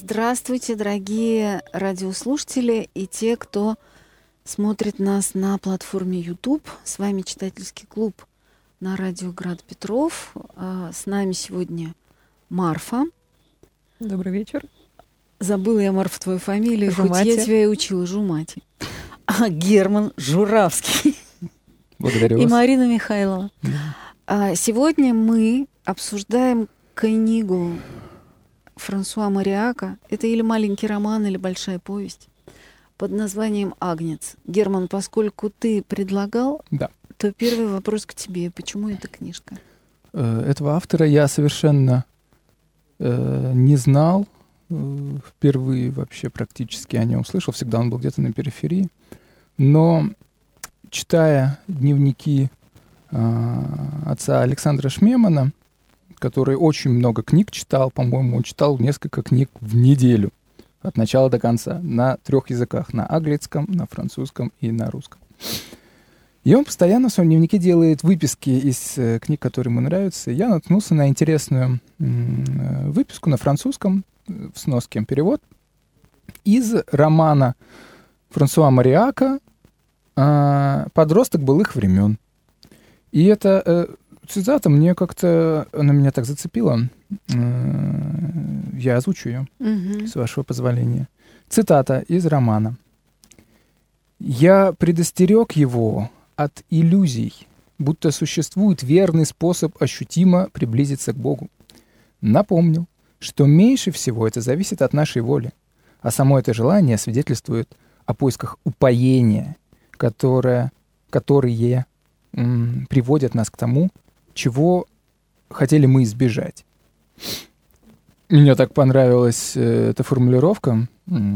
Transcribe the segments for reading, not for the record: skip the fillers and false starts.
Здравствуйте, дорогие радиослушатели и те, кто смотрит нас на платформе YouTube. С вами читательский клуб на радио Град Петров. С нами сегодня Марфа. Добрый вечер. Забыла я, Марфа, твою фамилию, Жумати. хоть я тебя и учила, Жумати. Герман Журавский. Благодарю вас. И Марина Михайлова. Сегодня мы обсуждаем книгу Франсуа Мариака. Это или маленький роман, или большая повесть под названием «Агнец». Герман, поскольку ты предлагал, Да. то первый вопрос к тебе. Почему эта книжка? Этого автора я совершенно не знал. Впервые вообще практически о нем слышал. Всегда он был где-то на периферии. Но читая дневники отца Александра Шмемана, который очень много книг читал, по-моему, он читал несколько книг в неделю от начала до конца на 3 языках: на английском, на французском и на русском. И он постоянно в своем дневнике делает выписки из книг, которые ему нравятся. И я наткнулся на интересную выписку на французском, в сноске перевод, из романа Франсуа Мариака «Подросток былых времен». И эта цитата мне как-то, она меня так зацепила. Я озвучу ее, с вашего позволения. Цитата из романа. «Я предостерег его от иллюзий, будто существует верный способ ощутимо приблизиться к Богу. Напомнил, что меньше всего это зависит от нашей воли, а само это желание свидетельствует о поисках упоения, которые приводят нас к тому, чего хотели мы избежать». Мне так понравилась эта формулировка.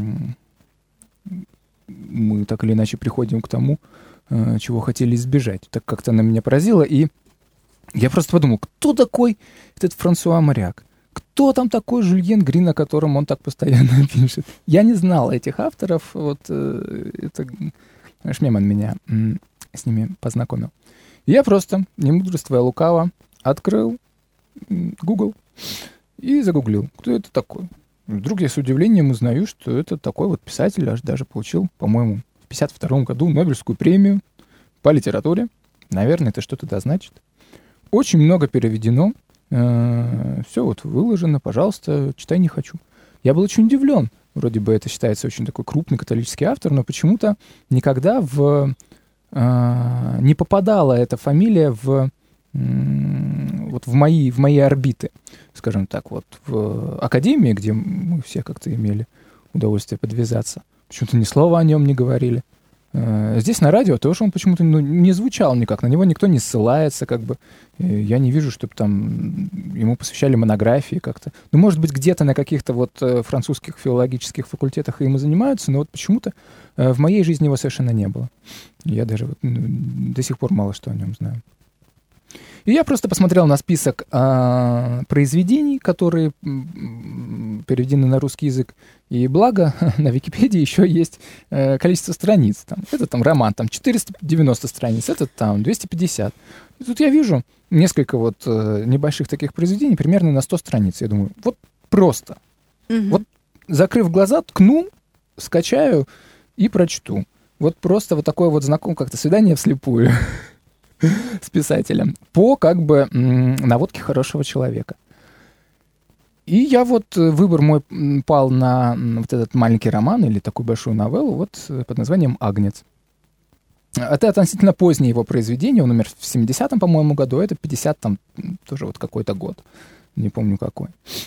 Мы так или иначе приходим к тому, чего хотели избежать. Так как-то она меня поразила, и я просто подумал, кто такой этот Франсуа Мариак? Кто там такой Жюльен Грин, о котором он так постоянно пишет? Я не знал этих авторов. Вот это Шмеман меня с ними познакомил. И я просто, не мудрствуя лукаво, открыл Google и загуглил, кто это такой. Вдруг я с удивлением узнаю, что это такой вот писатель, аж даже получил, по-моему, в 1952 году Нобелевскую премию по литературе. Наверное, это что-то да значит. Очень много переведено. Все вот выложено, пожалуйста, читай, не хочу. Я был очень удивлен. Вроде бы это считается очень такой крупный католический автор, но почему-то никогда не попадала эта фамилия в мои орбиты, скажем так, вот в академии, где мы все как-то имели удовольствие подвязаться. Почему-то ни слова о нем не говорили. Здесь на радио тоже он почему-то не звучал никак, на него никто не ссылается, как бы. Я не вижу, чтобы там ему посвящали монографии как-то. Ну, может быть, где-то на каких-то вот французских филологических факультетах им и занимаются, но вот почему-то в моей жизни его совершенно не было. Я даже вот до сих пор мало что о нем знаю. И я просто посмотрел на список произведений, которые переведены на русский язык. И благо, на Википедии еще есть количество страниц. Это там роман, там 490 страниц, этот там 250. И тут я вижу несколько вот небольших таких произведений, примерно на 100 страниц. Я думаю, вот просто. Вот закрыв глаза, ткну, скачаю и прочту. Вот просто вот такое вот знакомое как-то свидание вслепую с писателем по как бы наводке хорошего человека. И я вот, выбор мой пал на вот этот маленький роман или такую большую новеллу вот под названием «Агнец». Это относительно позднее его произведение, он умер в 70-м, по-моему, году, это 50-м тоже вот какой-то год, не помню какой.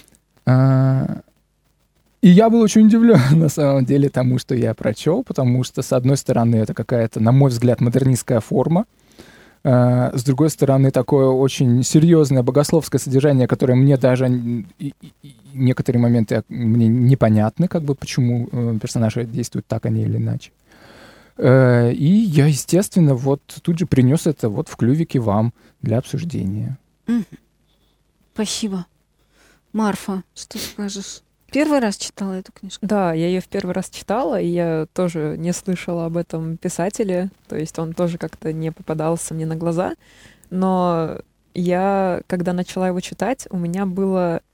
И я был очень удивлен, на самом деле, тому, что я прочел, потому что, с одной стороны, это какая-то, на мой взгляд, модернистская форма, с другой стороны, такое очень серьезное богословское содержание, которое мне даже некоторые моменты мне непонятны, как бы, почему персонажи действуют так, а не или иначе. И я, естественно, вот тут же принес это вот в клювике вам для обсуждения. Спасибо. Марфа, что скажешь? Первый раз читала эту книжку? Да, я ее в первый раз читала, и я тоже не слышала об этом писателе, то есть он тоже как-то не попадался мне на глаза, но я, когда начала его читать, у меня было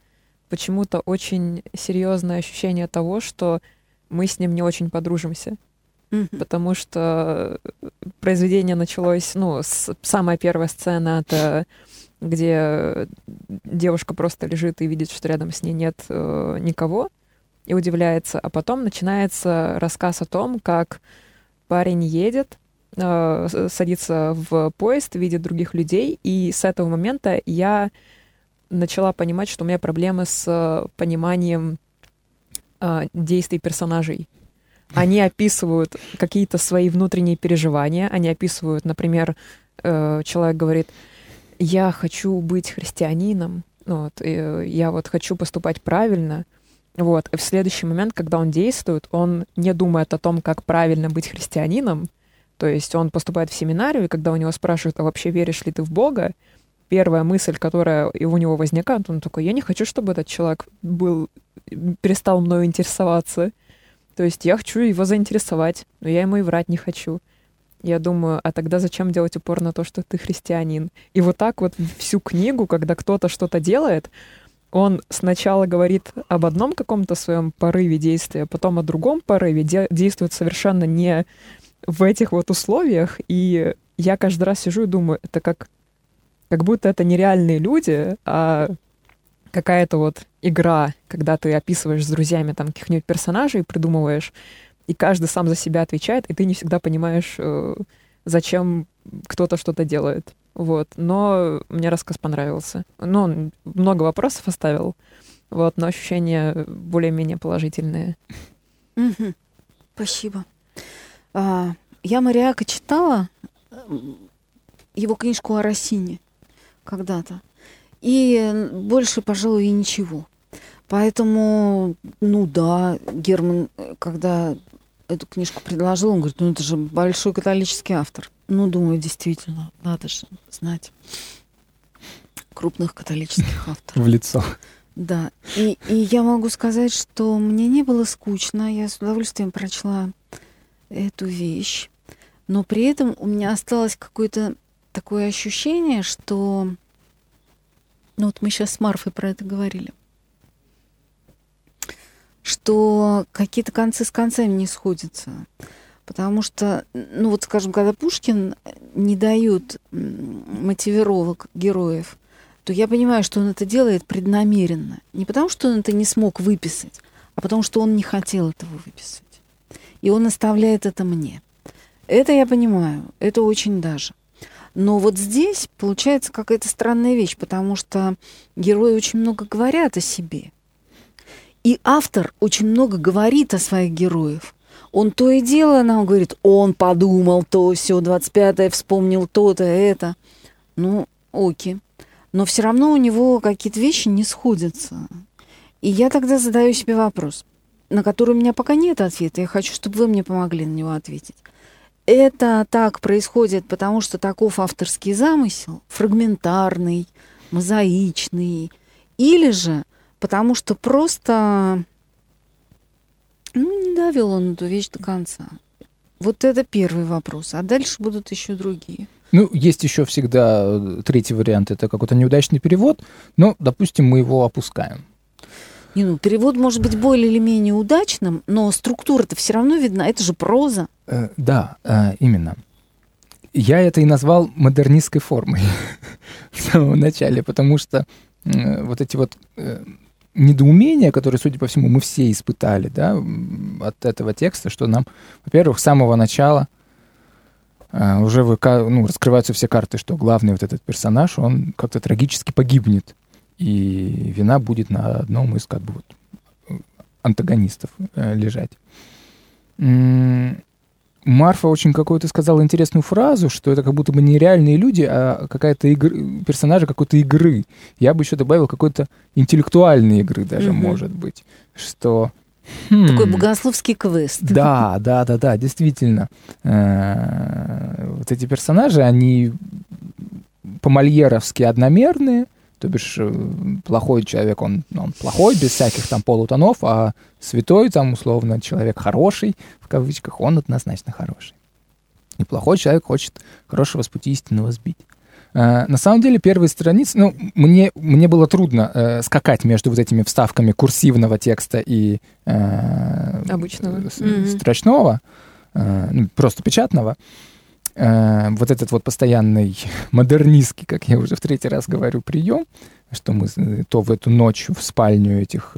почему-то очень серьезное ощущение того, что мы с ним не очень подружимся. Потому что произведение началось, самая первая сцена, это где девушка просто лежит и видит, что рядом с ней нет никого, и удивляется. А потом начинается рассказ о том, как парень едет, садится в поезд, видит других людей, и с этого момента я начала понимать, что у меня проблемы с пониманием действий персонажей. Они описывают какие-то свои внутренние переживания, они описывают, например, человек говорит: я хочу быть христианином, я хочу поступать правильно. И в следующий момент, когда он действует, он не думает о том, как правильно быть христианином. То есть он поступает в семинарию, и когда у него спрашивают: а вообще веришь ли ты в Бога? Первая мысль, которая у него возникает, он такой: я не хочу, чтобы этот человек перестал мною интересоваться. То есть я хочу его заинтересовать, но я ему и врать не хочу. Я думаю, а тогда зачем делать упор на то, что ты христианин? И вот так вот всю книгу, когда кто-то что-то делает, он сначала говорит об одном каком-то своем порыве действия, потом о другом порыве, действует совершенно не в этих вот условиях. И я каждый раз сижу и думаю, это как будто это нереальные люди, а какая-то вот игра, когда ты описываешь с друзьями там каких-нибудь персонажей, придумываешь, и каждый сам за себя отвечает, и ты не всегда понимаешь, зачем кто-то что-то делает. Но мне рассказ понравился. Он много вопросов оставил, но ощущения более-менее положительные. Спасибо. Я Мариака читала его книжку о Россине когда-то. И больше, пожалуй, и ничего. Поэтому, Герман, когда эту книжку предложил, он говорит: это же большой католический автор. Думаю, действительно, надо же знать крупных католических авторов. В лицо. Да. И я могу сказать, что мне не было скучно. Я с удовольствием прочла эту вещь. Но при этом у меня осталось какое-то такое ощущение, что... мы сейчас с Марфой про это говорили, что какие-то концы с концами не сходятся. Потому что, скажем, когда Пушкин не дает мотивировок героев, то я понимаю, что он это делает преднамеренно. Не потому, что он это не смог выписать, а потому, что он не хотел этого выписать. И он оставляет это мне. Это я понимаю, это очень даже. Но вот здесь получается какая-то странная вещь, потому что герои очень много говорят о себе. И автор очень много говорит о своих героях. Он то и дело нам говорит: он подумал то, сё, 25-е, вспомнил то-то, это. Окей. Но все равно у него какие-то вещи не сходятся. И я тогда задаю себе вопрос, на который у меня пока нет ответа. Я хочу, чтобы вы мне помогли на него ответить. Это так происходит, потому что таков авторский замысел, фрагментарный, мозаичный, или же потому что просто не довел он эту вещь до конца. Вот это первый вопрос, а дальше будут еще другие. Есть еще всегда третий вариант, это какой-то неудачный перевод, но, допустим, мы его опускаем. Перевод может быть более или менее удачным, но структура-то все равно видна, это же проза. Да, именно. Я это и назвал модернистской формой в самом начале, потому что вот эти вот недоумения, которые, судя по всему, мы все испытали, да, от этого текста, что нам, во-первых, с самого начала уже раскрываются все карты, что главный вот этот персонаж, он как-то трагически погибнет, и вина будет на одном из антагонистов лежать. Марфа очень какую-то сказала интересную фразу, что это как будто бы не реальные люди, а какая-то персонажи какой-то игры. Я бы еще добавил какой-то интеллектуальной игры даже, может быть. Что... Такой богословский квест. Да, действительно. Вот эти персонажи, они по-мольеровски одномерные, то бишь плохой человек, он плохой, без всяких там полутонов, а святой там, условно, человек хороший, в кавычках, он однозначно хороший. И плохой человек хочет хорошего с пути истинного сбить. На самом деле первые страницы, ну, мне было трудно скакать между вот этими вставками курсивного текста и обычного строчного, просто печатного. Вот этот вот постоянный модернистский, как я уже в третий раз говорю, прием, что мы то в эту ночь в спальню этих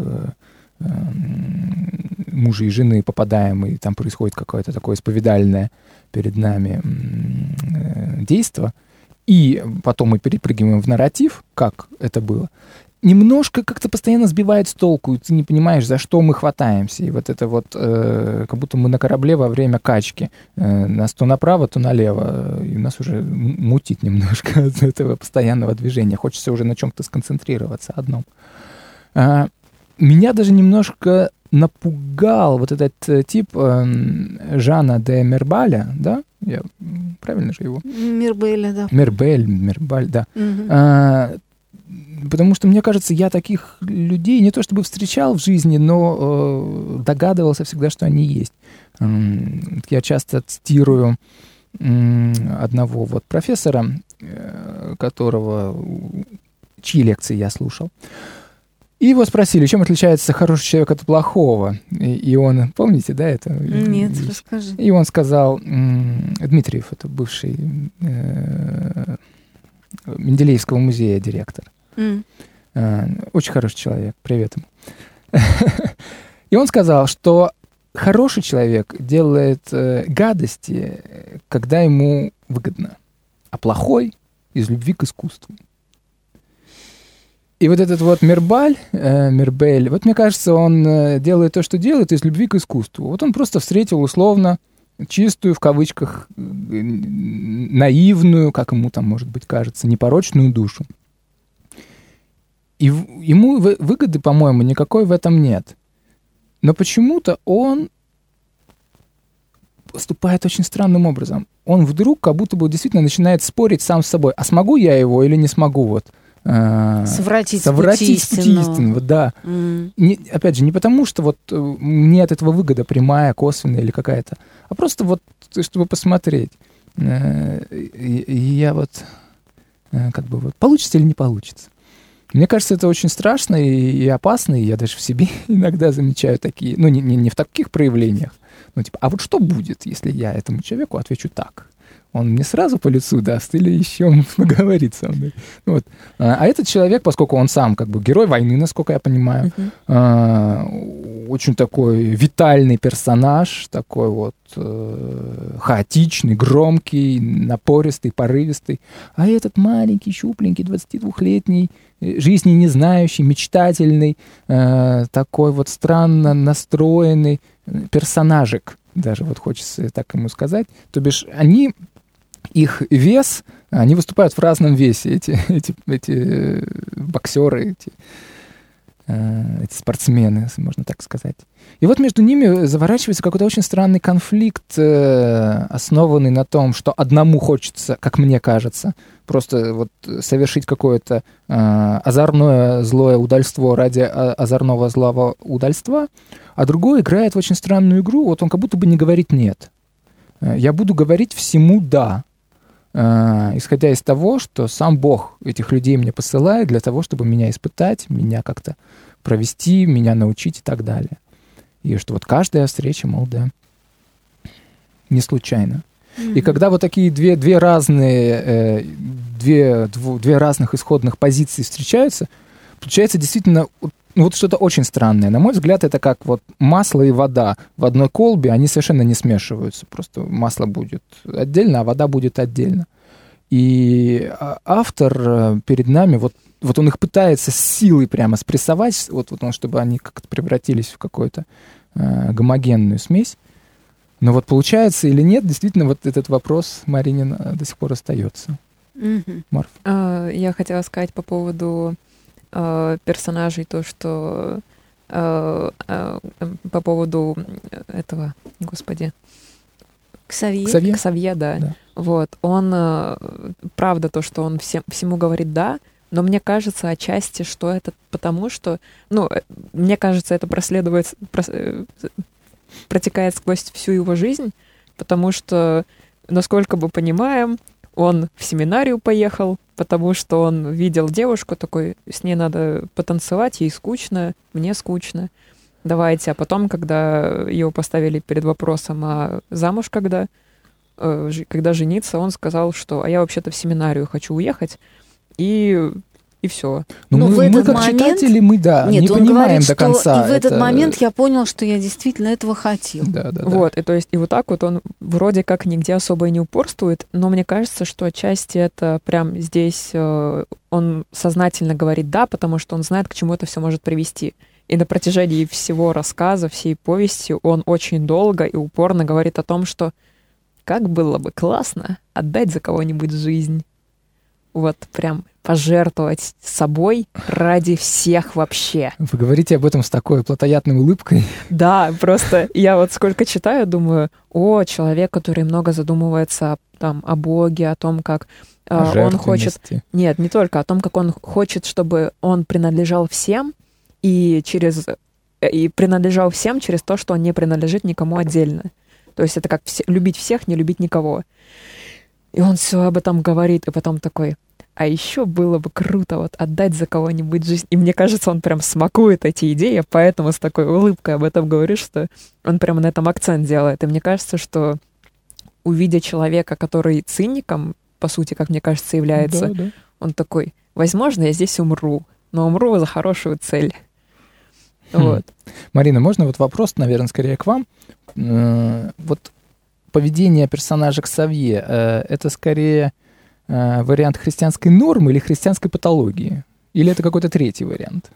мужа и жены попадаем, и там происходит какое-то такое исповедальное перед нами действо, и потом мы перепрыгиваем в нарратив, как это было, немножко как-то постоянно сбивает с толку, и ты не понимаешь, за что мы хватаемся. И вот это вот, как будто мы на корабле во время качки. Нас то направо, то налево. И нас уже мутит немножко от этого постоянного движения. Хочется уже на чем-то сконцентрироваться одном. Меня даже немножко напугал вот этот тип Жана де Мирбаля, да? Я правильно же его? Мирбеля, да. Мирбаль, да. Потому что, мне кажется, я таких людей не то чтобы встречал в жизни, но догадывался всегда, что они есть. Я часто цитирую одного вот профессора, чьи лекции я слушал. И его спросили, чем отличается хороший человек от плохого. И он, помните, да, это? Нет, расскажи. И он сказал, Дмитриев, это бывший Менделеевского музея директор. Очень хороший человек, привет ему. И он сказал, что хороший человек делает гадости, когда ему выгодно, а плохой из любви к искусству. И вот этот вот Мирбель, вот мне кажется, он делает то, что делает, из любви к искусству. Вот он просто встретил условно чистую, в кавычках, наивную, как ему там, может быть, кажется, непорочную душу. И ему выгоды, по-моему, никакой в этом нет. Но почему-то он поступает очень странным образом. Он вдруг как будто бы действительно начинает спорить сам с собой. А смогу я его или не смогу вот совратить с пути истинного. Да. Опять же, не потому, что вот мне от этого выгода прямая, косвенная или какая-то, а просто вот, чтобы посмотреть. И я вот как бы вот получится или не получится. Мне кажется, это очень страшно и опасно, и я даже в себе иногда замечаю такие, ну, не в таких проявлениях, ну, типа, а вот что будет, если я этому человеку отвечу так? Он мне сразу по лицу даст или еще поговорит со мной? Вот. А этот человек, поскольку он сам как бы герой войны, насколько я понимаю, очень такой витальный персонаж, такой вот хаотичный, громкий, напористый, порывистый. А этот маленький, щупленький, 22-летний, жизни не знающий, мечтательный, такой вот странно настроенный персонажик, даже вот хочется так ему сказать. То бишь их вес, они выступают в разном весе, эти боксеры, эти спортсмены, можно так сказать. И вот между ними заворачивается какой-то очень странный конфликт, основанный на том, что одному хочется, как мне кажется, просто вот совершить какое-то озорное злое удальство ради озорного злого удальства, а другой играет в очень странную игру, вот он как будто бы не говорит «нет». Я буду говорить всему «да», исходя из того, что сам Бог этих людей мне посылает для того, чтобы меня испытать, меня как-то провести, меня научить и так далее. И что вот каждая встреча, мол, да, не случайно. И когда вот такие две разных исходных позиции встречаются, получается действительно вот что-то очень странное. На мой взгляд, это как вот масло и вода в одной колбе, они совершенно не смешиваются. Просто масло будет отдельно, а вода будет отдельно. И автор перед нами, вот он их пытается с силой прямо спрессовать, вот он, чтобы они как-то превратились в какую-то гомогенную смесь. Но вот получается или нет, действительно, вот этот вопрос Маринин до сих пор остается. Марф. Я хотела сказать по поводу персонажей, то, что по поводу этого, господи, Ксавье, да. Вот, он, правда, то, что он всему говорит «да», но мне кажется отчасти, что это потому, что, мне кажется, это протекает сквозь всю его жизнь, потому что, насколько мы понимаем, Он в семинарию поехал, потому что он видел девушку такой, с ней надо потанцевать, ей скучно, мне скучно. Давайте. А потом, когда его поставили перед вопросом, а замуж когда жениться, он сказал, что я вообще-то в семинарию хочу уехать, и все. Ну, мы как читатели, не понимаем до конца. И в этот момент я понял, что я действительно этого хотел. Да. Вот, и то есть, и вот так вот он вроде как нигде особо и не упорствует, но мне кажется, что отчасти это прям здесь он сознательно говорит «да», потому что он знает, к чему это все может привести. И на протяжении всего рассказа, всей повести он очень долго и упорно говорит о том, что как было бы классно отдать за кого-нибудь жизнь. Вот прям пожертвовать собой ради всех вообще. Вы говорите об этом с такой плотоядной улыбкой. Да, просто я вот сколько читаю, думаю, человек, который много задумывается там о Боге, о том, как он хочет... Нет, не только о том, как он хочет, чтобы он принадлежал всем, и принадлежал всем через то, что он не принадлежит никому отдельно. То есть это как любить всех, не любить никого. И он все об этом говорит, и потом такой, а еще было бы круто вот отдать за кого-нибудь жизнь. И мне кажется, он прям смакует эти идеи, поэтому с такой улыбкой об этом говорит, что он прямо на этом акцент делает. И мне кажется, что увидя человека, который циником, по сути, как мне кажется, является, он такой, возможно, я здесь умру, но умру за хорошую цель. Вот. Марина, можно вот вопрос, наверное, скорее к вам? Вот поведение персонажа Ксавье — это скорее вариант христианской нормы или христианской патологии? Или это какой-то третий вариант?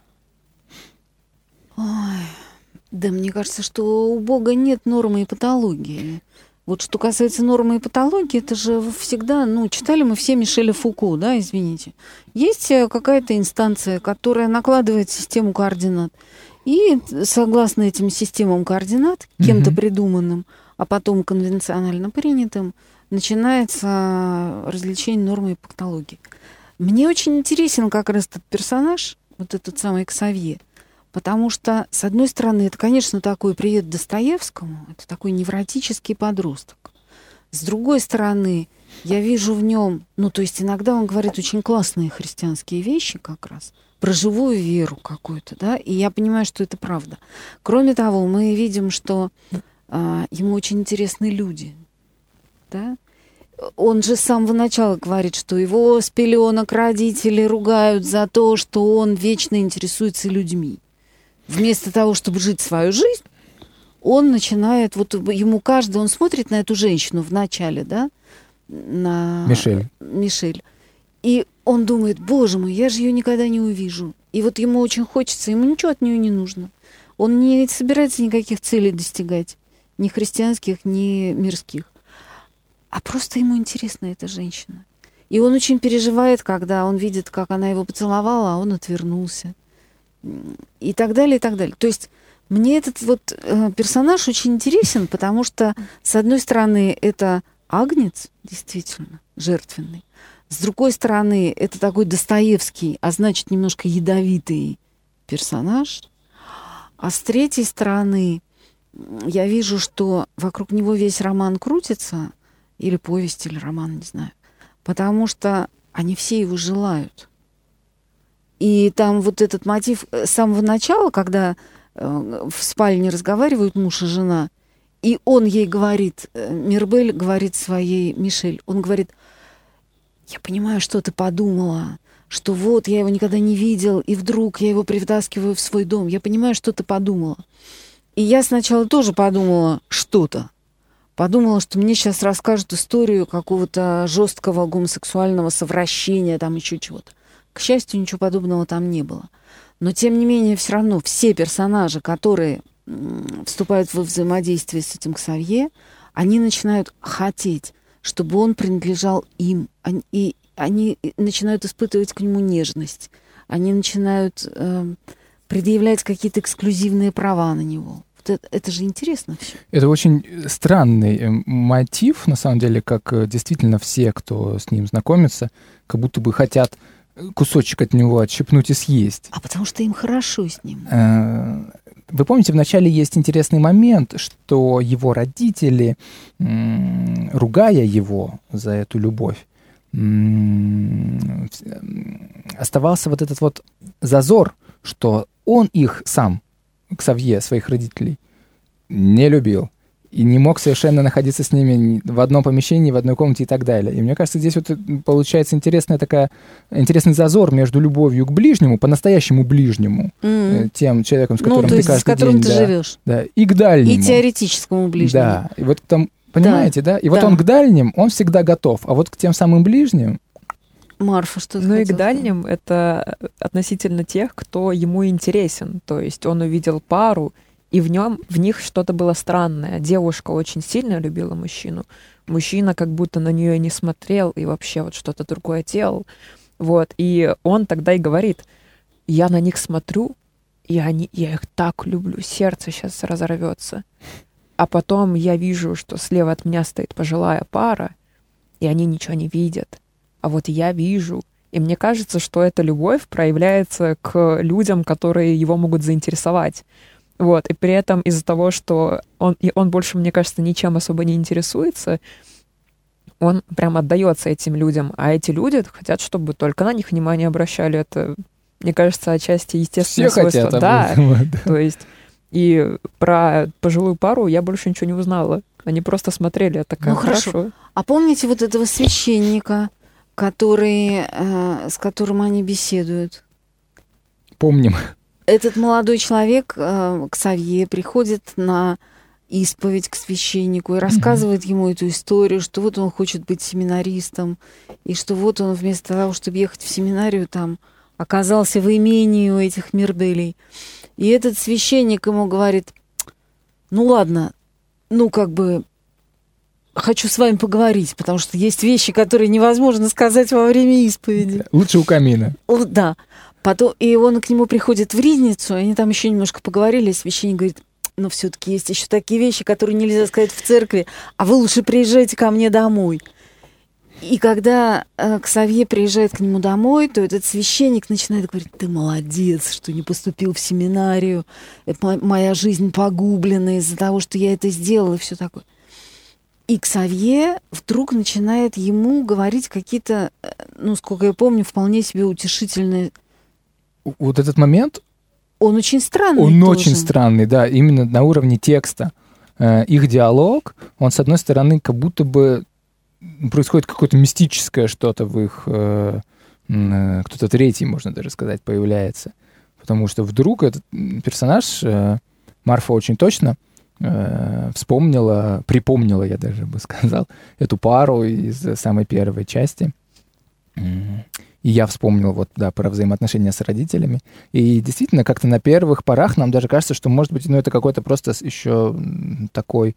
Да, мне кажется, что у Бога нет нормы и патологии. Вот что касается нормы и патологии, это же всегда, читали мы все Мишеля Фуко, да, извините. Есть какая-то инстанция, которая накладывает систему координат. И согласно этим системам координат, кем-то придуманным, а потом конвенционально принятым, начинается развлечение нормы и патологии. Мне очень интересен как раз этот персонаж, вот этот самый Ксавье, потому что, с одной стороны, это, конечно, такой привет Достоевскому, это такой невротический подросток. С другой стороны, я вижу в нем, то есть иногда он говорит очень классные христианские вещи как раз, про живую веру какую-то, да, и я понимаю, что это правда. Кроме того, мы видим, что ему очень интересны люди, да. Он же с самого начала говорит, что его с пеленок родители ругают за то, что он вечно интересуется людьми. Вместо того, чтобы жить свою жизнь, он начинает, он смотрит на эту женщину в начале, да, на Мишель. И он думает, боже мой, я же ее никогда не увижу. И вот ему очень хочется, ему ничего от нее не нужно. Он не собирается никаких целей достигать, ни христианских, ни мирских. А просто ему интересна эта женщина. И он очень переживает, когда он видит, как она его поцеловала, а он отвернулся. И так далее, и так далее. То есть мне этот персонаж очень интересен, потому что, с одной стороны, это агнец, действительно, жертвенный. С другой стороны, это такой Достоевский, а значит, немножко ядовитый персонаж. А с третьей стороны, я вижу, что вокруг него весь роман крутится, или повесть, или роман, не знаю, потому что они все его желают. И там вот этот мотив с самого начала, когда в спальне разговаривают муж и жена, и он ей говорит, Мирбель говорит своей Мишель, он говорит, я понимаю, что ты подумала, что вот я его никогда не видел, и вдруг я его привтаскиваю в свой дом. Я понимаю, что ты подумала. И я сначала тоже подумала что-то. Подумала, что мне сейчас расскажут историю какого-то жесткого гомосексуального совращения, там еще чего-то. К счастью, ничего подобного там не было. Но, тем не менее, все равно все персонажи, которые вступают во взаимодействие с этим Ксавье, они начинают хотеть, чтобы он принадлежал им. И они начинают испытывать к нему нежность. Они начинают предъявлять какие-то эксклюзивные права на него. Это же интересно все. Это очень странный мотив, на самом деле, как действительно все, кто с ним знакомится, как будто бы хотят кусочек от него отщипнуть и съесть. А потому что им хорошо с ним. Вы помните, в начале есть интересный момент, что его родители, ругая его за эту любовь, оставался вот этот вот зазор, что он их сам, Ксавье, своих родителей, не любил. И не мог совершенно находиться с ними в одном помещении, в одной комнате и так далее. И мне кажется, здесь вот получается интересный зазор между любовью к ближнему, по-настоящему ближнему, тем человеком, с которым ты каждый день... ты живешь. Да, и к дальнему. И теоретическому ближнему. Да, и вот там, понимаете, да? И вот он к дальним, он всегда готов, а вот к тем самым ближним... Марфа, что ты Ну хотела? И к дальним это относительно тех, кто ему интересен. То есть он увидел пару, и в них что-то было странное. Девушка очень сильно любила мужчину. Мужчина как будто на нее не смотрел и вообще вот что-то другое делал. Вот. И он тогда и говорит: я на них смотрю, и я их так люблю, сердце сейчас разорвется. А потом я вижу, что слева от меня стоит пожилая пара, и они ничего не видят. А вот я вижу. И мне кажется, что эта любовь проявляется к людям, которые его могут заинтересовать. Вот, и при этом из-за того, что он больше, мне кажется, ничем особо не интересуется, он прям отдается этим людям. А эти люди хотят, чтобы только на них внимание обращали. Это, мне кажется, отчасти естественное свойство. Хотят, да. То есть, и про пожилую пару я больше ничего не узнала. Они просто смотрели, я такая, хорошо. А помните вот этого священника, с которым они беседуют? Помним. Этот молодой человек, Ксавье, приходит на исповедь к священнику и рассказывает ему эту историю, что вот он хочет быть семинаристом, и что вот он вместо того, чтобы ехать в семинарию, там оказался в имении у этих Мирделей. И этот священник ему говорит: ну ладно, хочу с вами поговорить, потому что есть вещи, которые невозможно сказать во время исповеди. Лучше у камина. Да. Потом, и он к нему приходит в ризницу, и они там еще немножко поговорили, и священник говорит: но все-таки есть еще такие вещи, которые нельзя сказать в церкви, а вы лучше приезжайте ко мне домой. И когда Ксавье приезжает к нему домой, то этот священник начинает говорить: ты молодец, что не поступил в семинарию, это моя жизнь погублена из-за того, что я это сделал, и все такое. И Ксавье вдруг начинает ему говорить какие-то, сколько я помню, вполне себе утешительные. Вот этот момент... Он очень странный. Он тоже очень странный, да, именно на уровне текста. Их диалог, он, с одной стороны, как будто бы происходит какое-то мистическое что-то в их... кто-то третий, можно даже сказать, появляется. Потому что вдруг этот персонаж, Марфа очень точно припомнила, я даже бы сказал, эту пару из самой первой части. И я вспомнил про взаимоотношения с родителями. И действительно, как-то на первых порах нам даже кажется, что, может быть, это какой-то просто еще такой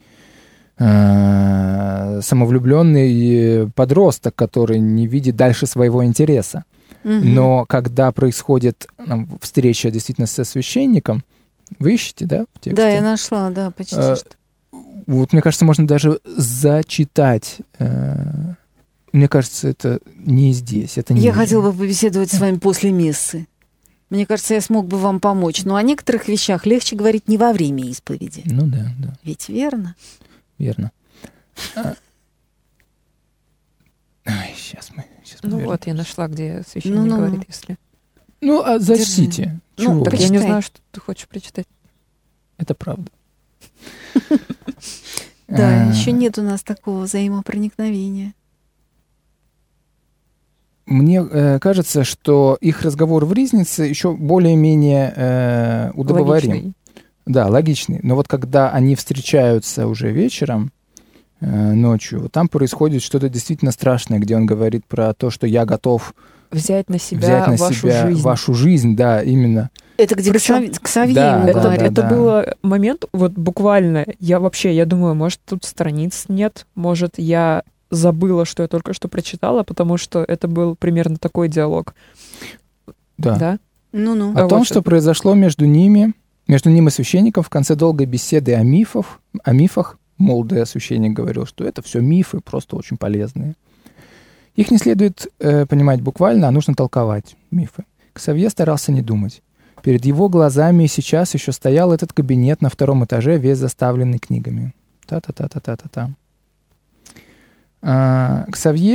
самовлюбленный подросток, который не видит дальше своего интереса. Но когда происходит встреча действительно со священником, вы ищете, да, в тексте? Да, я нашла, да, почти что. Вот, мне кажется, можно даже зачитать... Мне кажется, это не здесь. Это не я хотела бы побеседовать с вами после мессы. Мне кажется, я смог бы вам помочь. Но о некоторых вещах легче говорить не во время исповеди. Ну да. Ведь верно? Верно. Сейчас мы вот, я нашла, где священник говорит, если... зачтите. Чего? Так я не знаю, что ты хочешь прочитать. Это правда. Да, еще нет у нас такого взаимопроникновения. Мне кажется, что их разговор в ризнице еще более-менее удобоварим. Логичный. Да, логичный. Но вот когда они встречаются уже вечером, ночью, там происходит что-то действительно страшное, где он говорит про то, что я готов взять на себя вашу жизнь, да, именно. Это где Ксавье ему говорит. Это был момент, вот буквально, я думаю, может, тут страниц нет, может, я забыла, что я только что прочитала, потому что это был примерно такой диалог. Да. Ну-ну. О том, что произошло между ним и священником в конце долгой беседы о мифах, мол, да, священник говорил, что это все мифы, просто очень полезные. Их не следует понимать буквально, а нужно толковать мифы. Ксавье старался не думать. Перед его глазами сейчас еще стоял этот кабинет на 2-м этаже, весь заставленный книгами. Та-та-та-та-та-та-та. Ксавье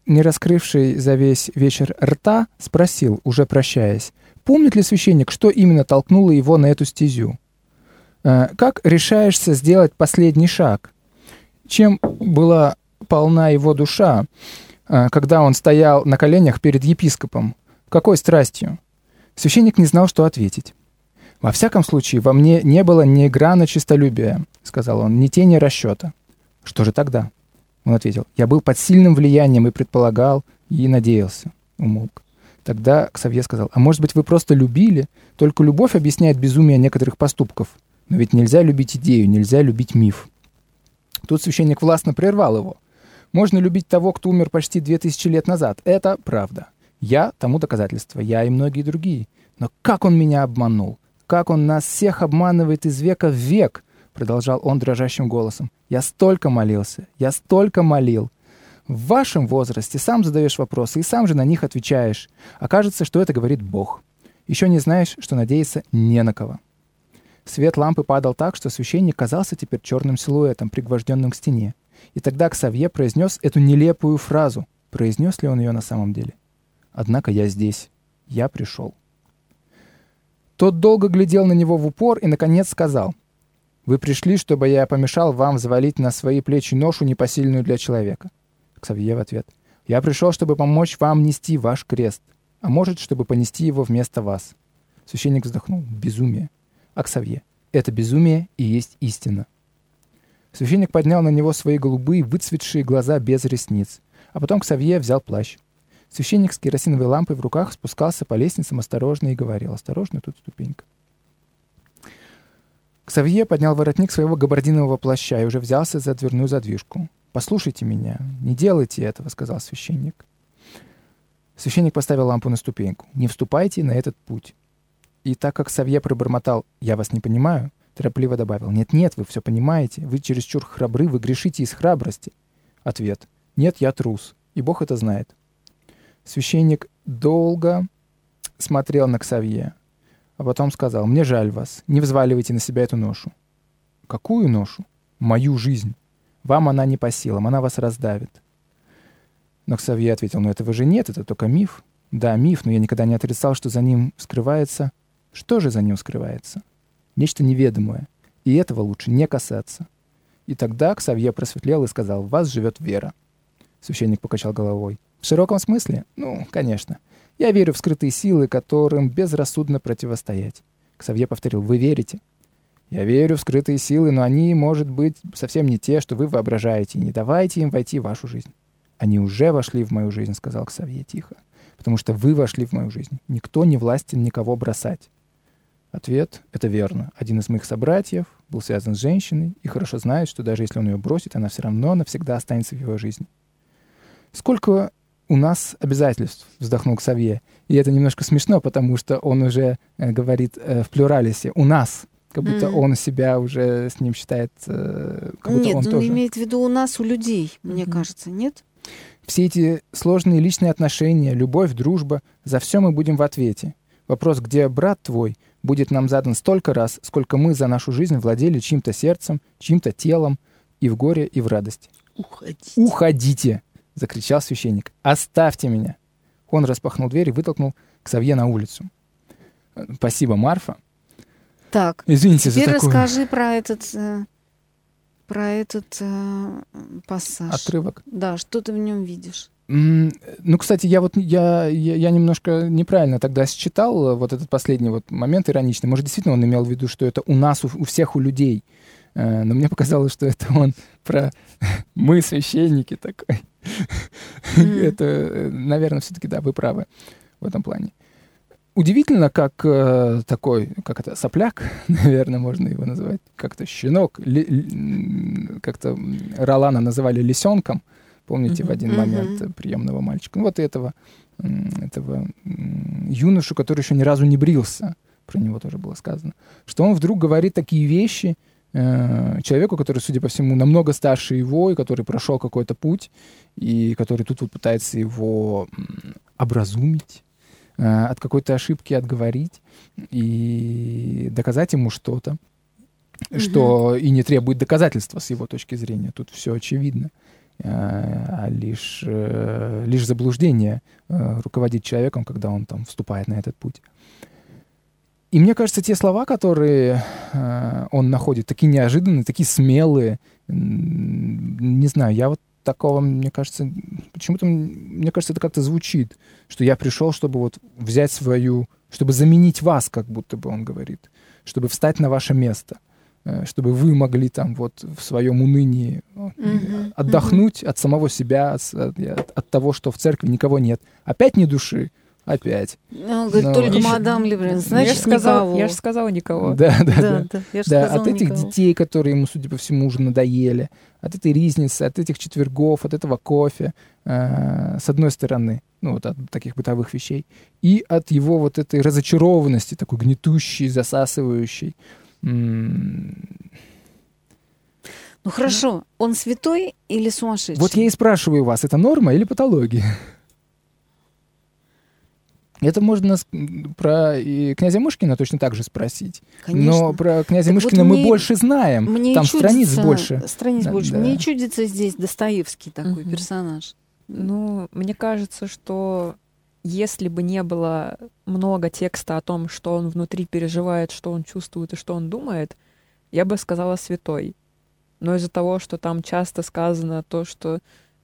не раскрывший за весь вечер рта, спросил, уже прощаясь, помнит ли священник, что именно толкнуло его на эту стезю? Как решаешься сделать последний шаг? Чем была полна его душа, когда он стоял на коленях перед епископом? Какой страстью? Священник не знал, что ответить. «Во всяком случае, во мне не было ни грана честолюбия», — сказал он, — «ни тени расчета». «Что же тогда?» Он ответил: «Я был под сильным влиянием и предполагал, и надеялся». Умолк. Тогда Ксавье сказал: «А может быть, вы просто любили? Только любовь объясняет безумие некоторых поступков. Но ведь нельзя любить идею, нельзя любить миф». Тут священник властно прервал его. «Можно любить того, кто умер почти 2000 лет назад. Это правда. Я тому доказательство, я и многие другие. Но как он меня обманул? Как он нас всех обманывает из века в век?» Продолжал он дрожащим голосом. «Я столько молился, я столько молил. В вашем возрасте сам задаешь вопросы и сам же на них отвечаешь. А кажется, что это говорит Бог. Еще не знаешь, что надеяться не на кого». Свет лампы падал так, что священник казался теперь черным силуэтом, пригвожденным к стене. И тогда Ксавье произнес эту нелепую фразу. Произнес ли он ее на самом деле? «Однако я здесь. Я пришел». Тот долго глядел на него в упор и, наконец, сказал: «Вы пришли, чтобы я помешал вам взвалить на свои плечи ношу, непосильную для человека». Ксавье в ответ: «Я пришел, чтобы помочь вам нести ваш крест, а может, чтобы понести его вместо вас». Священник вздохнул. «Безумие». А Ксавье: «Это безумие и есть истина». Священник поднял на него свои голубые, выцветшие глаза без ресниц. А потом Ксавье взял плащ. Священник с керосиновой лампой в руках спускался по лестницам осторожно и говорил: «Осторожно, тут ступенька». Ксавье поднял воротник своего габардинового плаща и уже взялся за дверную задвижку. «Послушайте меня, не делайте этого», — сказал священник. Священник поставил лампу на ступеньку. «Не вступайте на этот путь». И так как Ксавье пробормотал: «Я вас не понимаю», торопливо добавил: «Нет-нет, вы все понимаете, вы чересчур храбры, вы грешите из храбрости». Ответ: «Нет, я трус, и Бог это знает». Священник долго смотрел на Ксавье, а потом сказал: «Мне жаль вас, не взваливайте на себя эту ношу». «Какую ношу?» «Мою жизнь. Вам она не по силам, она вас раздавит». Но Ксавье ответил: «Но этого же нет, это только миф». «Да, миф, но я никогда не отрицал, что за ним скрывается...» «Что же за ним скрывается?» «Нечто неведомое, и этого лучше не касаться». И тогда Ксавье просветлел и сказал: «В вас живет вера». Священник покачал головой. «В широком смысле? Ну, конечно. Я верю в скрытые силы, которым безрассудно противостоять». Ксавье повторил: «Вы верите?» «Я верю в скрытые силы, но они, может быть, совсем не те, что вы воображаете. Не давайте им войти в вашу жизнь». «Они уже вошли в мою жизнь», — сказал Ксавье тихо. «Потому что вы вошли в мою жизнь. Никто не властен никого бросать». Ответ: «Это верно. Один из моих собратьев был связан с женщиной и хорошо знает, что даже если он ее бросит, она все равно навсегда останется в его жизни». «Сколько у нас обязательств», — вздохнул Ксавье. И это немножко смешно, потому что он уже говорит в плюралисе «у нас», как будто он себя уже с ним считает, как будто нет, он тоже. Нет, он имеет в виду у нас, у людей, мне кажется, нет? Все эти сложные личные отношения, любовь, дружба, за все мы будем в ответе. Вопрос, где брат твой, будет нам задан столько раз, сколько мы за нашу жизнь владели чьим-то сердцем, чьим-то телом, и в горе, и в радости. «Уходите! Уходите!» — закричал священник. «Оставьте меня!» Он распахнул дверь и вытолкнул Ксавье на улицу. «Спасибо, Марфа». Так, извините за такое. Теперь расскажи про этот пассаж. Отрывок. Да, что ты в нем видишь? Ну, кстати, я немножко неправильно тогда считал вот этот последний вот момент ироничный. Может, действительно он имел в виду, что это у нас, у всех, у людей. Но мне показалось, что это он про мы, священники, такой. Это, наверное, все-таки, да, вы правы в этом плане. Удивительно, как такой, как это, сопляк, наверное, можно его называть, как-то щенок, как-то Ролана называли лисенком, помните, в один момент приемного мальчика. Ну, вот этого юношу, который еще ни разу не брился, про него тоже было сказано, что он вдруг говорит такие вещи человеку, который, судя по всему, намного старше его, и который прошел какой-то путь, и который тут вот пытается его образумить, от какой-то ошибки отговорить и доказать ему что-то, что и не требует доказательства с его точки зрения. Тут все очевидно. а лишь заблуждение руководит человеком, когда он там вступает на этот путь. И мне кажется, те слова, которые он находит, такие неожиданные, такие смелые, не знаю, я вот такого, мне кажется, почему-то, мне кажется, это как-то звучит, что я пришел, чтобы вот взять свою, чтобы заменить вас, как будто бы он говорит, чтобы встать на ваше место, чтобы вы могли там вот в своем унынии отдохнуть от самого себя, от того, что в церкви никого нет. Опять ни души. Опять. Он говорит, только мадам Лебрен, значит, никого. Я же сказала никого. Да. От этих детей, которые ему, судя по всему, уже надоели, от этой ризницы, от этих четвергов, от этого кофе, с одной стороны, ну вот от таких бытовых вещей, и от его вот этой разочарованности, такой гнетущей, засасывающей. Ну хорошо, он святой или сумасшедший? Вот я и спрашиваю вас, это норма или патология? Это можно про князя Мышкина точно так же спросить. Конечно. Но про князя Мышкина мы больше знаем. Там страниц больше. Страниц больше. Да. Мне чудится здесь Достоевский такой персонаж. Ну, мне кажется, что если бы не было много текста о том, что он внутри переживает, что он чувствует и что он думает, я бы сказала святой. Но из-за того, что там часто сказано то, что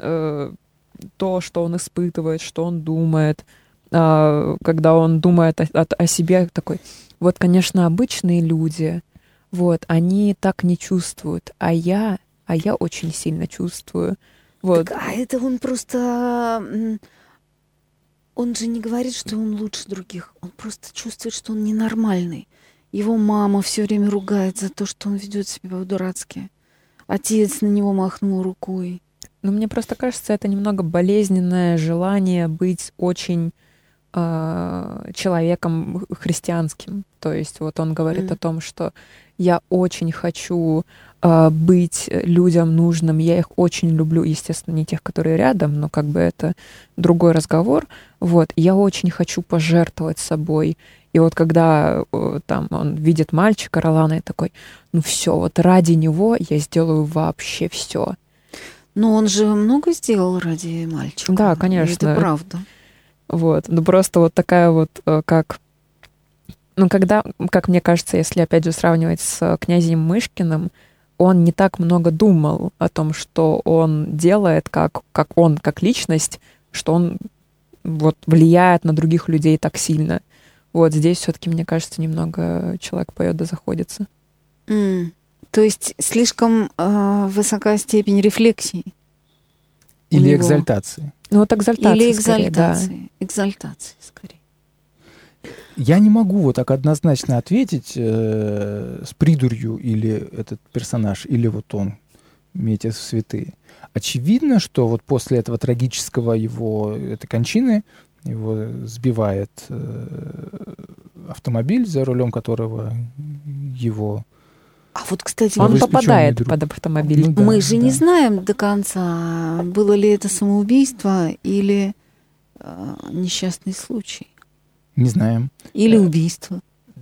он испытывает, что он думает, когда он думает о себе, такой, вот, конечно, обычные люди, вот, они так не чувствуют, а я очень сильно чувствую. Вот. Так, а это он просто... Он же не говорит, что он лучше других. Он просто чувствует, что он ненормальный. Его мама все время ругает за то, что он ведет себя по-дурацки. Отец на него махнул рукой. Ну, мне просто кажется, это немного болезненное желание быть очень человеком христианским. То есть вот он говорит о том, что я очень хочу быть людям нужным, я их очень люблю, естественно, не тех, которые рядом, но как бы это другой разговор. Вот, я очень хочу пожертвовать собой. И вот когда там он видит мальчика Ролана и такой, ну все, вот ради него я сделаю вообще все. Но он же много сделал ради мальчика. Да, конечно. Это правда. Вот, ну просто вот такая вот, как мне кажется, если опять же сравнивать с князем Мышкиным, он не так много думал о том, что он делает, как он, как личность, что он вот влияет на других людей так сильно. Вот здесь все-таки, мне кажется, немного человек поет да заходится. То есть слишком высока степень рефлексии. Или экзальтации. Ну вот экзальтация. Или экзальтации. Скорее, да. Экзальтации, скорее. Я не могу вот так однозначно ответить с придурью или этот персонаж, или вот он, имейте в святые. Очевидно, что вот после этого трагического этой кончины его сбивает автомобиль, за рулем которого его... А вот, кстати, он попадает под автомобиль. Ну, да, мы же не знаем до конца, было ли это самоубийство или несчастный случай. Не знаем. Или убийство.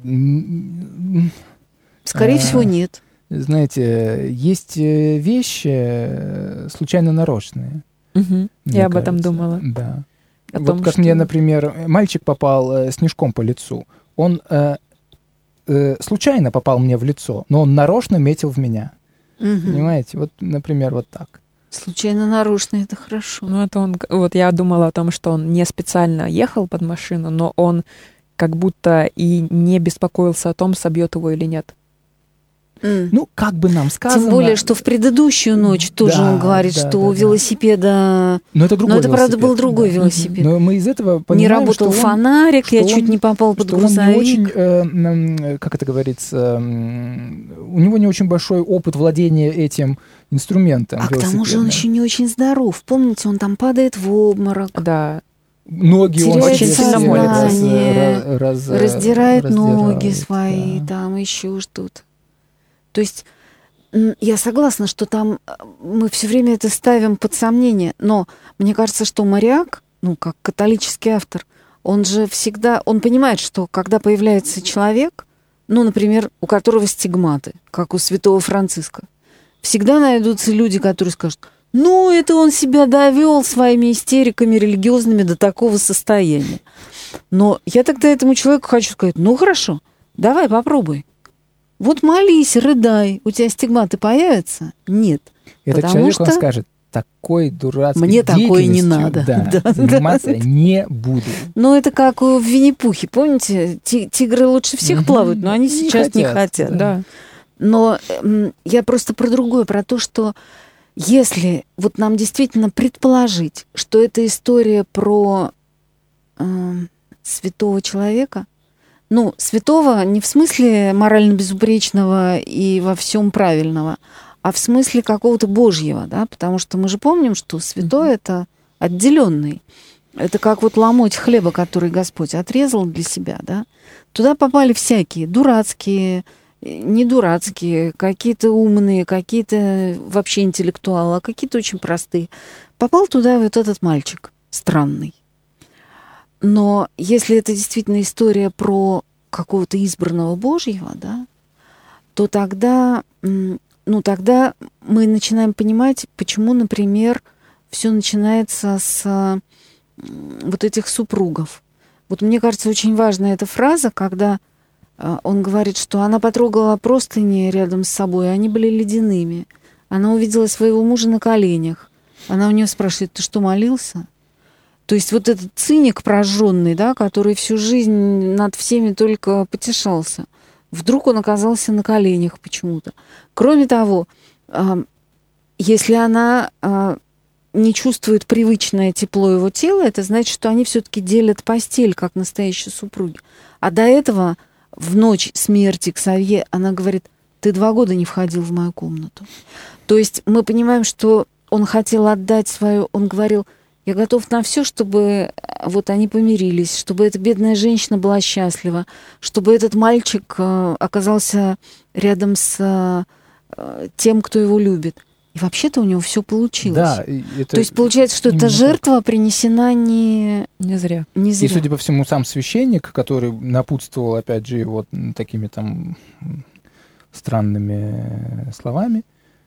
Скорее всего, нет. Знаете, есть вещи случайно нарочные. Я об этом думала. Да. Вот как мне, например, мальчик попал снежком по лицу. Он случайно попал мне в лицо, но он нарочно метил в меня. Понимаете? Вот, например, вот так. Случайно нарочно, это хорошо. Ну, это он... Вот я думала о том, что он не специально ехал под машину, но он как будто и не беспокоился о том, собьет его или нет. Ну, как бы нам сказано... Тем более, что в предыдущую ночь тоже он говорит, что у велосипеда... Но это другой велосипед. Но это, правда, был другой велосипед. Но мы из этого понимаем, не работал фонарик, я чуть не попал под грузовик. Он не очень, как это говорится, у него не очень большой опыт владения этим инструментом. А к тому же он еще не очень здоров. Помните, он там падает в обморок. Да. Ноги он очень сильно молится. Раздирает ноги свои, там еще что-то. То есть я согласна, что там мы все время это ставим под сомнение, но мне кажется, что Мариак, как католический автор, он же всегда, он понимает, что когда появляется человек, например, у которого стигматы, как у святого Франциска, всегда найдутся люди, которые скажут, Ну, это он себя довел своими истериками религиозными до такого состояния. Но я тогда этому человеку хочу сказать, ну, хорошо, давай попробуй. Вот молись, рыдай, у тебя стигматы появятся? Нет. Этот человек, он скажет, такой дурацкой мне такое не надо. Да, заниматься не буду. Ну, это как в Винни-Пухе, помните? Тигры лучше всех плавают, но они сейчас не хотят. Да. Но я просто про другое, про то, что если вот нам действительно предположить, что это история про святого человека, ну, святого не в смысле морально безупречного и во всем правильного, а в смысле какого-то Божьего, да, потому что мы же помним, что святой это отделенный. Это как вот ломоть хлеба, который Господь отрезал для себя, да. Туда попали всякие дурацкие, недурацкие, какие-то умные, какие-то вообще интеллектуалы, а какие-то очень простые. Попал туда вот этот мальчик странный. Но если это действительно история про какого-то избранного Божьего, да, то тогда, ну, тогда мы начинаем понимать, почему, например, все начинается с вот этих супругов. Вот мне кажется, очень важна эта фраза, когда он говорит, что она потрогала простыни рядом с собой, и они были ледяными. Она увидела своего мужа на коленях. Она у нее спрашивает, ты что, молился? То есть вот этот циник прожженный, да, который всю жизнь над всеми только потешался, вдруг он оказался на коленях почему-то. Кроме того, если она не чувствует привычное тепло его тела, это значит, что они все-таки делят постель, как настоящие супруги. А до этого в ночь смерти Ксавье она говорит, ты 2 года не входил в мою комнату. То есть мы понимаем, что он хотел отдать свою, он говорил, я готов на все, чтобы вот они помирились, чтобы эта бедная женщина была счастлива, чтобы этот мальчик оказался рядом с тем, кто его любит. И вообще-то у него все получилось. Да, то есть получается, что эта жертва принесена не зря. И, судя по всему, сам священник, который напутствовал, опять же, вот такими там странными словами,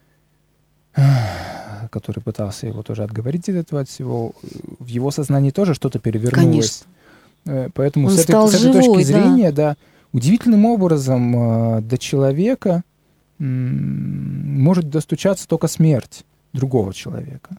который пытался его тоже отговорить от этого от всего, в его сознании тоже что-то перевернулось. Конечно. Поэтому с этой точки зрения, да, удивительным образом до человека может достучаться только смерть другого человека.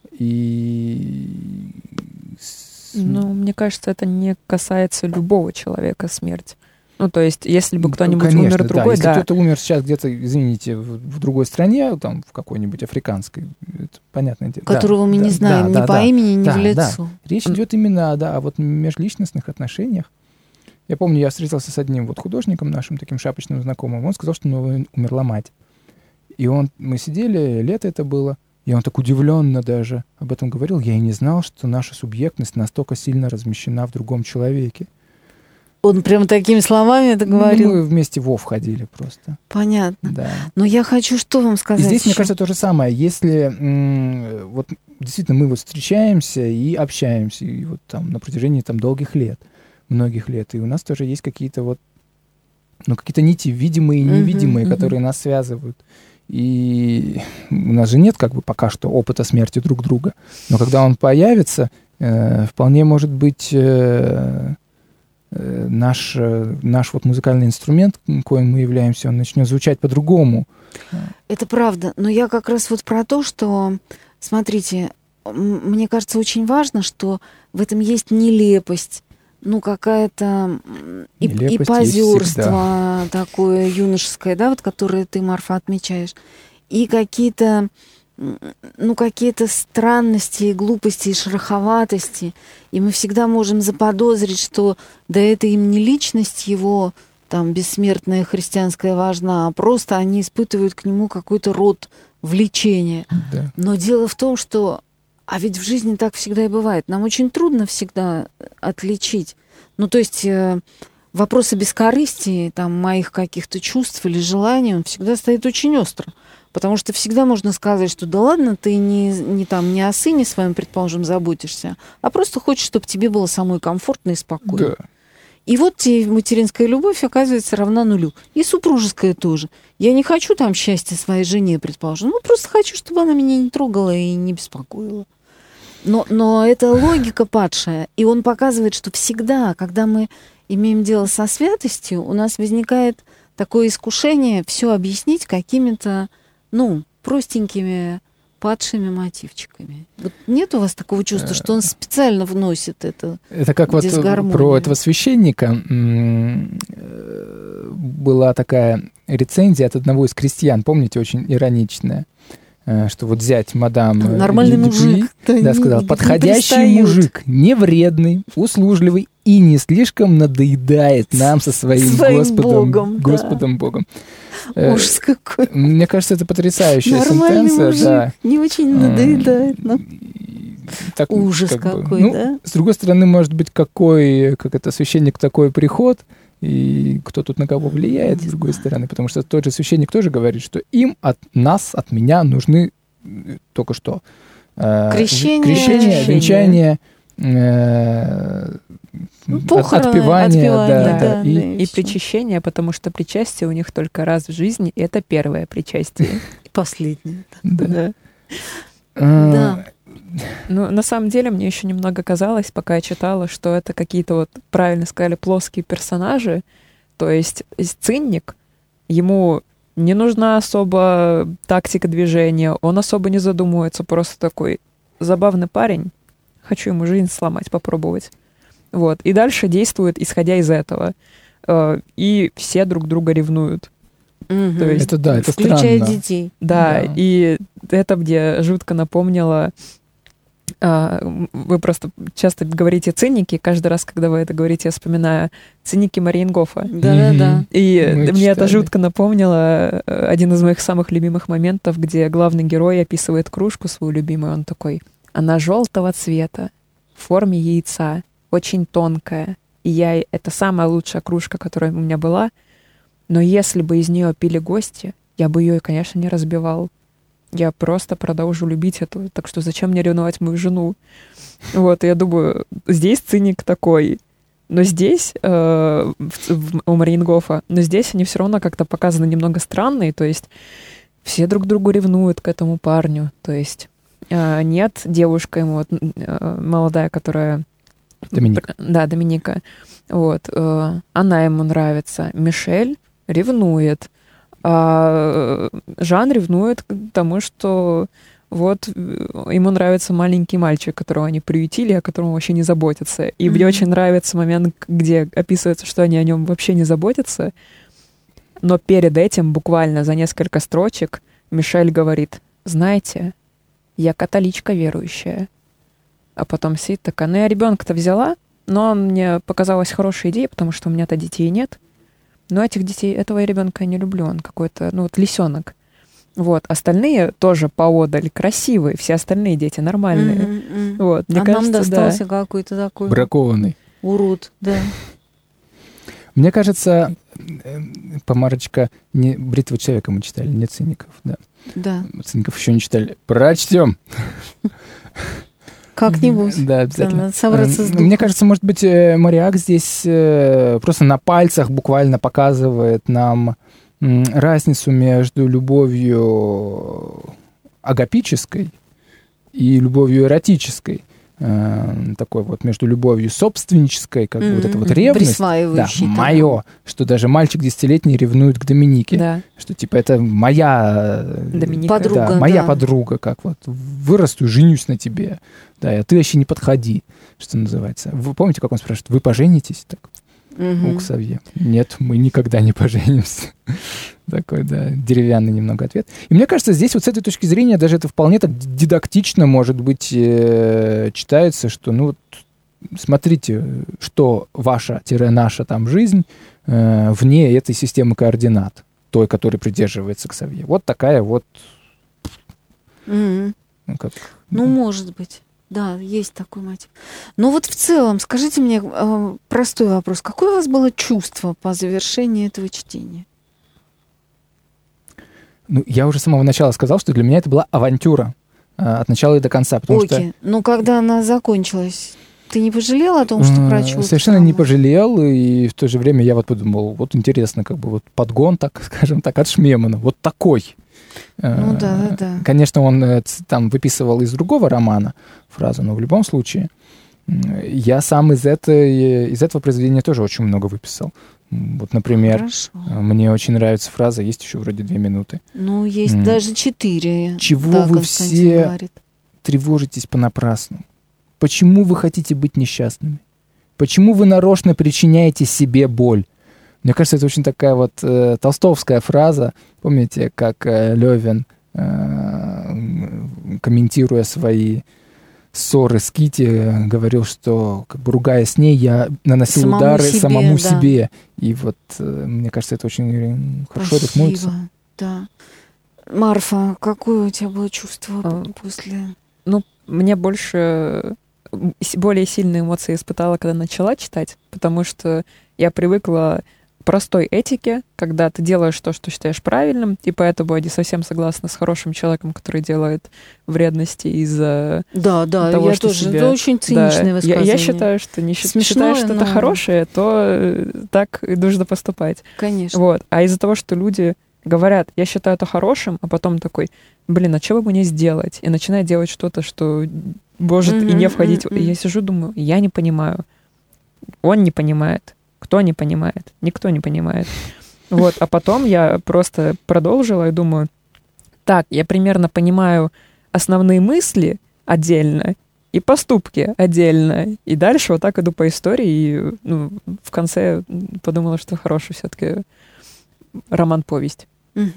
И... Ну, мне кажется, это не касается любого человека, смерть. Ну, то есть, если бы кто-нибудь умер другой, да. Если кто-то умер сейчас где-то, извините, в другой стране, там, в какой-нибудь африканской, это понятное дело. Которого мы не знаем ни по имени, ни в лицу. Да. Речь идет именно о вот межличностных отношениях. Я помню, я встретился с одним вот художником, нашим таким шапочным знакомым, он сказал, что у него умерла мать. И мы сидели, лето это было, и он так удивленно даже об этом говорил. Я и не знал, что наша субъектность настолько сильно размещена в другом человеке. Он прям такими словами это говорил? Мы вместе в ОФ ходили просто. Понятно. Да. Но я хочу что вам сказать. И здесь, мне кажется, то же самое. Если вот действительно мы вот встречаемся и общаемся, и вот там на протяжении там долгих лет, многих лет, и у нас тоже есть какие-то вот, ну, какие-то нити, видимые и невидимые, которые нас связывают. И у нас же нет как бы пока что опыта смерти друг друга. Но когда он появится, вполне может быть наш вот музыкальный инструмент, коим мы являемся, он начнет звучать по-другому. Это правда. Но я как раз вот про то, что, смотрите, мне кажется, очень важно, что в этом есть нелепость, ну, какая-то и позерство такое юношеское, да, вот которое ты, Марфа, отмечаешь, и какие-то, ну, какие-то странности и глупости, и шероховатости. И мы всегда можем заподозрить, что да это им не личность его, там, бессмертная христианская важна, а просто они испытывают к нему какой-то род влечения. Да. Но дело в том, что а ведь в жизни так всегда и бывает. Нам очень трудно всегда отличить. Ну, то есть вопрос о бескорыстии, там, моих каких-то чувств или желаний, он всегда стоит очень остро. Потому что всегда можно сказать, что да ладно, ты не о сыне своем, предположим, заботишься, а просто хочешь, чтобы тебе было самой комфортно и спокойно. Да. И вот тебе материнская любовь, оказывается, равна нулю. И супружеская тоже. Я не хочу там счастья своей жене, предположим. Ну, просто хочу, чтобы она меня не трогала и не беспокоила. Но это логика падшая. И он показывает, что всегда, когда мы имеем дело со святостью, у нас возникает такое искушение все объяснить какими-то, простенькими падшими мотивчиками. Вот нет у вас такого чувства, что он специально вносит это? Это как вот про этого священника была такая рецензия от одного из крестьян, помните, очень ироничная, что вот зять мадам нормальный мужик, сказал, подходящий мужик, не вредный, услужливый и не слишком надоедает нам со своим Господом Богом. Ужас какой. Мне кажется, это потрясающая нормальный сентенция. Мужик, да. Не очень надоедает нам. Так, ужас какой, да? С другой стороны, может быть, священник такой приход, и кто тут на кого влияет, с другой стороны, потому что тот же священник тоже говорит, что им от меня нужны только что крещение, венчание, отпевание, и причащение, потому что причастие у них только раз в жизни, и это первое причастие. И последнее. Да. Ну, на самом деле, мне еще немного казалось, пока я читала, что это какие-то, вот, правильно сказали, плоские персонажи. То есть цинник, ему не нужна особо тактика движения, он особо не задумывается, просто такой забавный парень, хочу ему жизнь сломать, попробовать. Вот. И дальше действует, исходя из этого. И все друг друга ревнуют. Угу. То есть, это включая странно. детей. Да, и это мне жутко напомнило. Вы просто часто говорите циники, каждый раз, когда вы это говорите, я вспоминаю циники Мариенгофа. Да. И Мы мне читали. это жутко напомнило один из моих самых любимых моментов, где главный герой описывает кружку свою любимую, он такой: она желтого цвета, в форме яйца, очень тонкая, и это самая лучшая кружка, которая у меня была, но если бы из нее пили гости, я бы ее, конечно, не разбивал. Я просто продолжу любить эту, так что зачем мне ревновать мою жену? Вот, и я думаю, здесь циник такой, но здесь, у Мариенгофа, но здесь они все равно как-то показаны немного странные, то есть все друг другу ревнуют к этому парню, то есть нет, девушка ему, молодая, которая... Доминика. Да, Доминика. Вот, она ему нравится. Мишель ревнует. А Жан ревнует к тому, что вот ему нравится маленький мальчик, которого они приютили, о котором вообще не заботятся. И мне очень нравится момент, где описывается, что они о нем вообще не заботятся. Но перед этим, буквально за несколько строчек, Мишель говорит: знаете, я католичка верующая. А потом сидит такая: я ребенка-то взяла, но мне показалась хорошая идея, потому что у меня-то детей нет. Но этого ребенка я не люблю, он какой-то, лисенок. Вот, остальные тоже поодаль красивые, все остальные дети нормальные. Вот, мне кажется, нам достался какой-то такой... Бракованный. Урод, да. Мне кажется, Помарочка, не «Бритва человека» мы читали, не «Циников», да. Да. «Циников» еще не читали. Прочтем! Как-нибудь. Да, обязательно. Надо собраться с духом. Мне кажется, может быть, Мариак здесь просто на пальцах буквально показывает нам разницу между любовью агапической и любовью эротической. Такой вот между любовью собственнической, как бы вот эта вот ревность. Да, мое, что даже мальчик 10-летний ревнует к Доминике. Да. Что типа это моя Доминика. Подруга, да, моя да. подруга, как вот вырасту и женюсь на тебе. Да, а ты вообще не подходи, что называется. Вы помните, как он спрашивает: вы поженитесь? Так, у Ксавье. Нет, мы никогда не поженимся. Такой, да, деревянный немного ответ. И мне кажется, здесь вот с этой точки зрения даже это вполне так дидактично, может быть, читается, что, смотрите, что ваша-наша там жизнь вне этой системы координат, той, которой придерживается Ксавье. Вот такая вот... может быть. Да, есть такой мотив. Но вот в целом, скажите мне простой вопрос. Какое у вас было чувство по завершении этого чтения? Я уже с самого начала сказал, что для меня это была авантюра от начала и до конца. Потому что... когда она закончилась, Ты не пожалел о том, что прочел? Совершенно не пожалел, и в то же время я вот подумал, вот интересно, как бы вот подгон, так скажем так, от Шмемана, вот такой. Ну да. Конечно, он там выписывал из другого романа фразу, но в любом случае я сам из этого произведения тоже очень много выписал. Вот, например, мне очень нравится фраза, есть еще вроде 2 минуты. Ну, есть даже 4. Чего да, вы все тревожитесь понапрасну? Почему вы хотите быть несчастными? Почему вы нарочно причиняете себе боль? Мне кажется, это очень такая вот толстовская фраза. Помните, как Левин, комментируя свои ссоры с Кити, говорил, что, как бы, ругаясь с ней, я наносил удары самому себе. И вот, мне кажется, это очень хорошо рифмуется. Да. Марфа, какое у тебя было чувство после... Ну, мне более сильные эмоции испытала, когда начала читать, потому что я привыкла к простой этике, когда ты делаешь то, что считаешь правильным, и поэтому я не совсем согласна с хорошим человеком, который делает вредности из-за того, я что тоже. себе... Это очень циничное высказывание. Я считаю, что не считаешь что-то хорошее, то так и нужно поступать. Конечно. Вот. А из-за того, что люди говорят, я считаю это хорошим, а потом такой, а что бы мне сделать? И начинает делать что-то, что может и не входить. И я сижу, думаю, я не понимаю. Он не понимает. Кто не понимает? Никто не понимает. Вот. А потом я просто продолжила и думаю, так, я примерно понимаю основные мысли отдельно и поступки отдельно. И дальше вот так иду по истории. И в конце подумала, что хороший все-таки роман-повесть.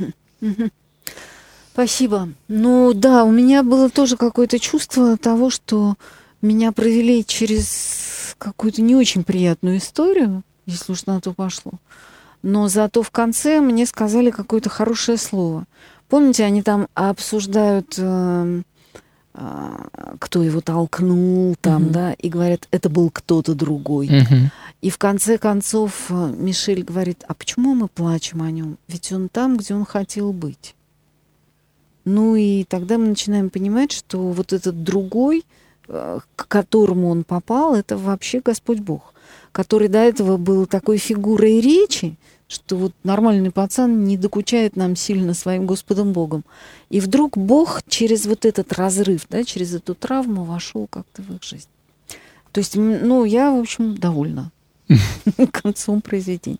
Спасибо. Ну да, у меня было тоже какое-то чувство того, что меня провели через какую-то не очень приятную историю, если уж на то пошло. Но зато в конце мне сказали какое-то хорошее слово. Помните, они там обсуждают, кто его толкнул там, да, и говорят, это был кто-то другой. И в конце концов Мишель говорит, а почему мы плачем о нем? Ведь он там, где он хотел быть. Ну и тогда мы начинаем понимать, что вот этот другой, к которому он попал, это вообще Господь Бог, который до этого был такой фигурой речи, что вот нормальный пацан не докучает нам сильно своим Господом Богом. И вдруг Бог через вот этот разрыв, да, через эту травму вошел как-то в их жизнь. То есть, я, в общем, довольна концом произведения.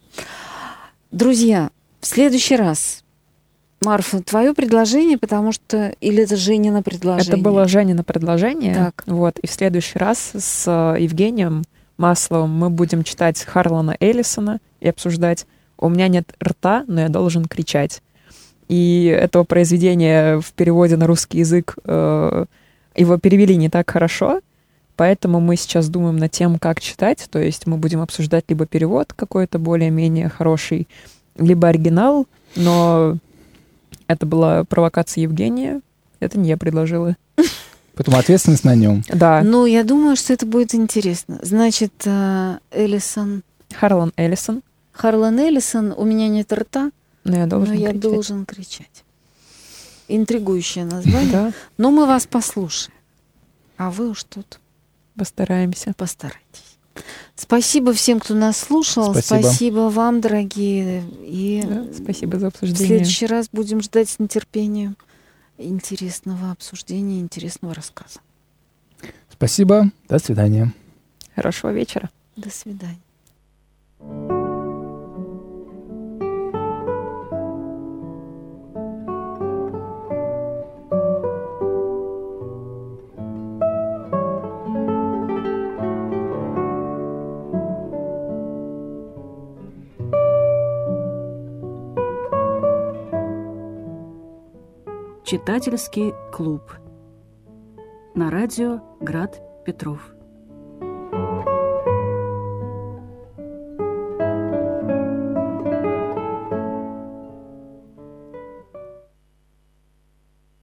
Друзья, в следующий раз, Марфа, твое предложение, потому что... Или это Женина предложение? Это было Женина предложение. Так. Вот. И в следующий раз с Евгением Масловым мы будем читать Харлана Эллисона и обсуждать «У меня нет рта, но я должен кричать». И этого произведения в переводе на русский язык его перевели не так хорошо, поэтому мы сейчас думаем над тем, как читать. То есть мы будем обсуждать либо перевод какой-то более-менее хороший, либо оригинал, но... Это была провокация Евгения. Это не я предложила. Поэтому ответственность на нем. Да. Ну, я думаю, что это будет интересно. Значит, Эллисон... Харлан Эллисон. Харлан Эллисон, «У меня нет рта, но я должен кричать». Интригующее название. Да. Но мы вас послушаем. А вы уж тут... Постараемся. Постарайтесь. Спасибо всем, кто нас слушал. Спасибо вам, дорогие. И спасибо за обсуждение. В следующий раз будем ждать с нетерпением интересного обсуждения, интересного рассказа. Спасибо. До свидания. Хорошего вечера. До свидания. Читательский клуб на радио Град Петров.